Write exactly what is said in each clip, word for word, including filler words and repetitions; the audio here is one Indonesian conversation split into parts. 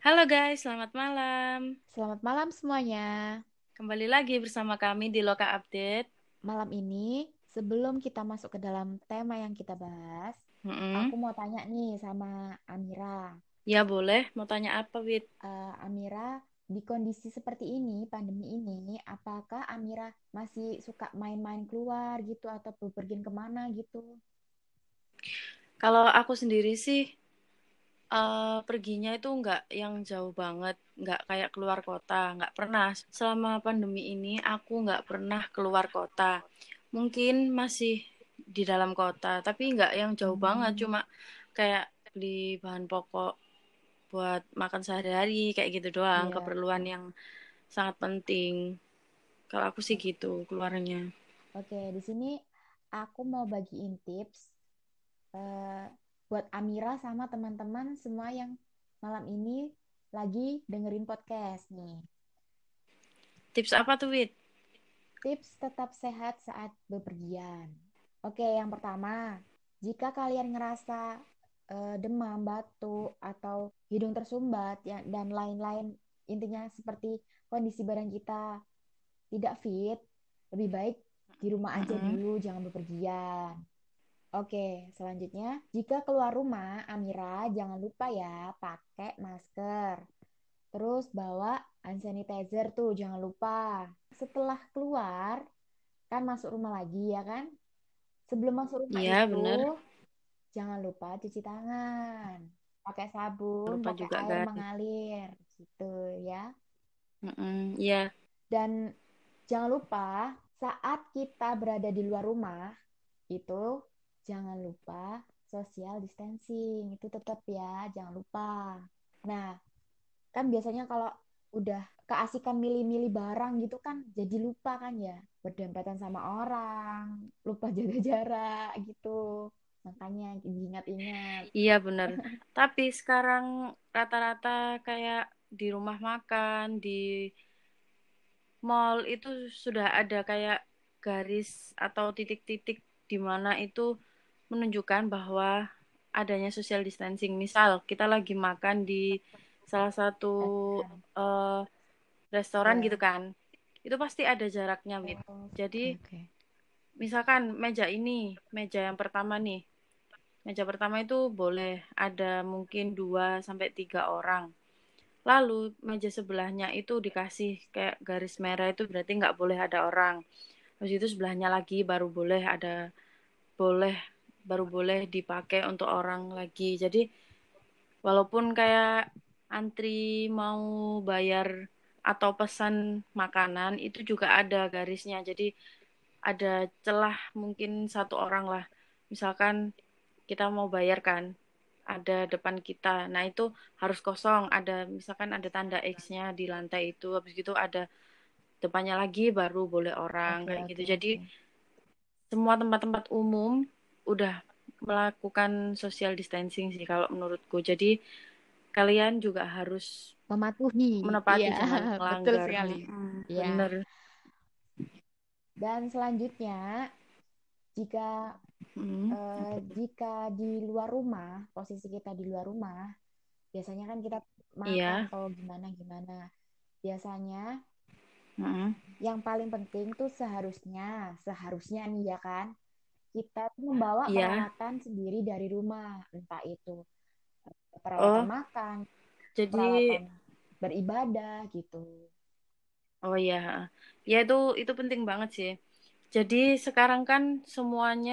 Halo guys, selamat malam. Selamat malam semuanya. Kembali lagi bersama kami di Loka Update. Malam ini, sebelum kita masuk ke dalam tema yang kita bahas, Mm-mm. aku mau tanya nih sama Amira. Ya boleh, mau tanya apa, Wit? Eh, Amira, di kondisi seperti ini, pandemi ini, apakah Amira masih suka main-main keluar gitu atau bepergian kemana gitu? Kalau aku sendiri sih, eh, perginya itu nggak yang jauh banget, nggak kayak keluar kota, nggak pernah. Selama pandemi ini, aku nggak pernah keluar kota. Mungkin masih di dalam kota, tapi nggak yang jauh banget, Hmm, cuma kayak beli bahan pokok buat makan sehari-hari, kayak gitu doang, iya. keperluan yang sangat penting. Kalau aku sih O- gitu keluarnya. Oke, di sini aku mau bagiin tips eh, buat Amira sama teman-teman semua yang malam ini lagi dengerin podcast nih. Tips apa tuh, Wit? Tips tetap sehat saat bepergian. Oke, yang pertama, jika kalian ngerasa eh, demam, batuk, atau hidung tersumbat ya, dan lain-lain, intinya seperti kondisi badan kita tidak fit, lebih baik di rumah aja Mm-mm. dulu, jangan bepergian. Oke, selanjutnya, jika keluar rumah, Amira jangan lupa ya pakai masker. Terus bawa hand sanitizer tuh, jangan lupa. Setelah keluar, kan masuk rumah lagi ya kan? Sebelum masuk rumah Iya, itu, bener. jangan lupa cuci tangan. Pakai sabun, Lupa pakai juga air kan. mengalir, gitu ya. Mm-mm. Iya, Dan jangan lupa saat kita berada di luar rumah, itu jangan lupa social distancing. Itu tetap ya, jangan lupa. Nah, kan biasanya kalau udah keasikan milih-milih barang gitu kan jadi lupa kan ya berdempatan sama orang, lupa jaga jarak gitu, makanya diingat-ingat. iya bener. Tapi sekarang rata-rata kayak di rumah makan, di mall itu sudah ada kayak garis atau titik-titik di mana itu menunjukkan bahwa adanya social distancing. Misal kita lagi makan di salah satu Restoran. eh, restoran gitu Ya. kan. Itu pasti ada jaraknya, Wit. Oh, Jadi oke oke. misalkan meja ini, meja yang pertama nih. Meja pertama itu boleh ada mungkin dua sampai tiga orang. Lalu meja sebelahnya itu dikasih kayak garis merah itu berarti nggak boleh ada orang. Habis itu sebelahnya lagi baru boleh ada boleh baru boleh dipakai untuk orang lagi. Jadi walaupun kayak antri mau bayar atau pesan makanan itu juga ada garisnya. Jadi ada celah mungkin satu orang lah. Misalkan kita mau bayar kan, ada depan kita. Nah, itu harus kosong. Ada misalkan ada tanda X-nya di lantai itu. Habis itu ada depannya lagi baru boleh orang Oke kayak gitu. oke Jadi oke. semua tempat-tempat umum udah melakukan social distancing sih kalau menurutku. Jadi kalian juga harus Mematuhi. menepati, Iya. jangan Betul melanggar. sekali. Mm, Iya. bener. Dan selanjutnya, jika Mm, eh, jika di luar rumah, posisi kita di luar rumah, biasanya kan kita makan iya. atau gimana gimana. Biasanya Mm, yang paling penting tuh seharusnya, seharusnya nih ya kan, kita tuh membawa iya. peralatan sendiri dari rumah, entah itu peralatan Oh, makan, jadi peralatan beribadah gitu. oh ya, ya itu itu penting banget sih. Jadi sekarang kan semuanya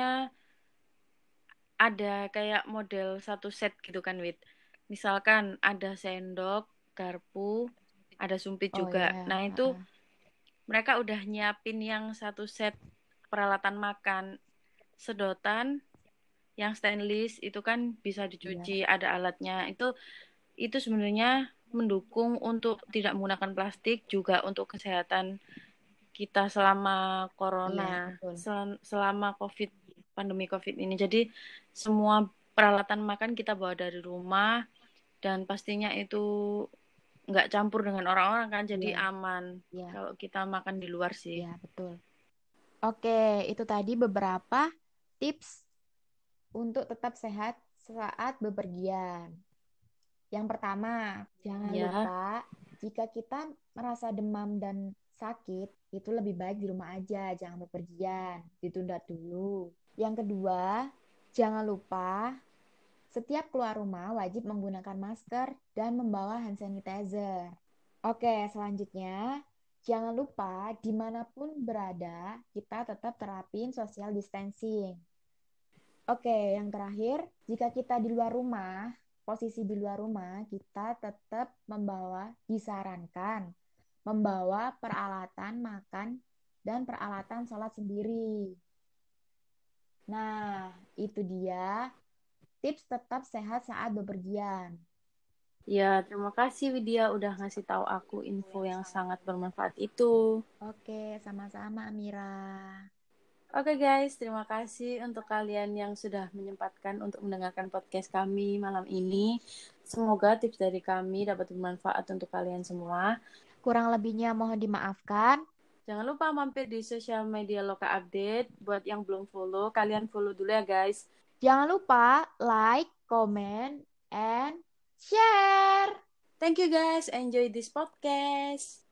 ada kayak model satu set gitu kan, Wit. Misalkan ada sendok, garpu, ada sumpit Oh juga. ya, Nah itu heeh. mereka udah nyiapin yang satu set peralatan makan, sedotan, yang stainless itu kan bisa dicuci, Iya, ada alatnya. Itu itu sebenarnya mendukung untuk tidak menggunakan plastik juga untuk kesehatan kita selama iya corona, betul. sel- selama COVID, pandemi COVID ini. Jadi semua peralatan makan kita bawa dari rumah dan pastinya itu nggak campur dengan orang-orang kan, jadi Iya, aman iya, kalau kita makan di luar sih. iya betul. Oke, itu tadi beberapa tips untuk tetap sehat saat bepergian. Yang pertama, jangan Ya, lupa jika kita merasa demam dan sakit, itu lebih baik di rumah aja, jangan bepergian, ditunda dulu. Yang kedua, jangan lupa setiap keluar rumah wajib menggunakan masker dan membawa hand sanitizer. Oke, selanjutnya, jangan lupa dimanapun berada, kita tetap terapin social distancing. Oke, yang terakhir, jika kita di luar rumah, posisi di luar rumah, kita tetap membawa, disarankan, membawa peralatan makan dan peralatan sholat sendiri. Nah, itu dia tips tetap sehat saat bepergian. ya terima kasih Widya udah ngasih tahu aku info yang sangat bermanfaat itu. Oke, sama-sama Amira. Oke guys, terima kasih untuk kalian yang sudah menyempatkan untuk mendengarkan podcast kami malam ini. Semoga tips dari kami dapat bermanfaat untuk kalian semua. Kurang lebihnya mohon dimaafkan. Jangan lupa mampir di sosial media Loka Update. Buat yang belum follow, kalian follow dulu ya guys. Jangan lupa like, comment, and share. Thank you guys, enjoy this podcast.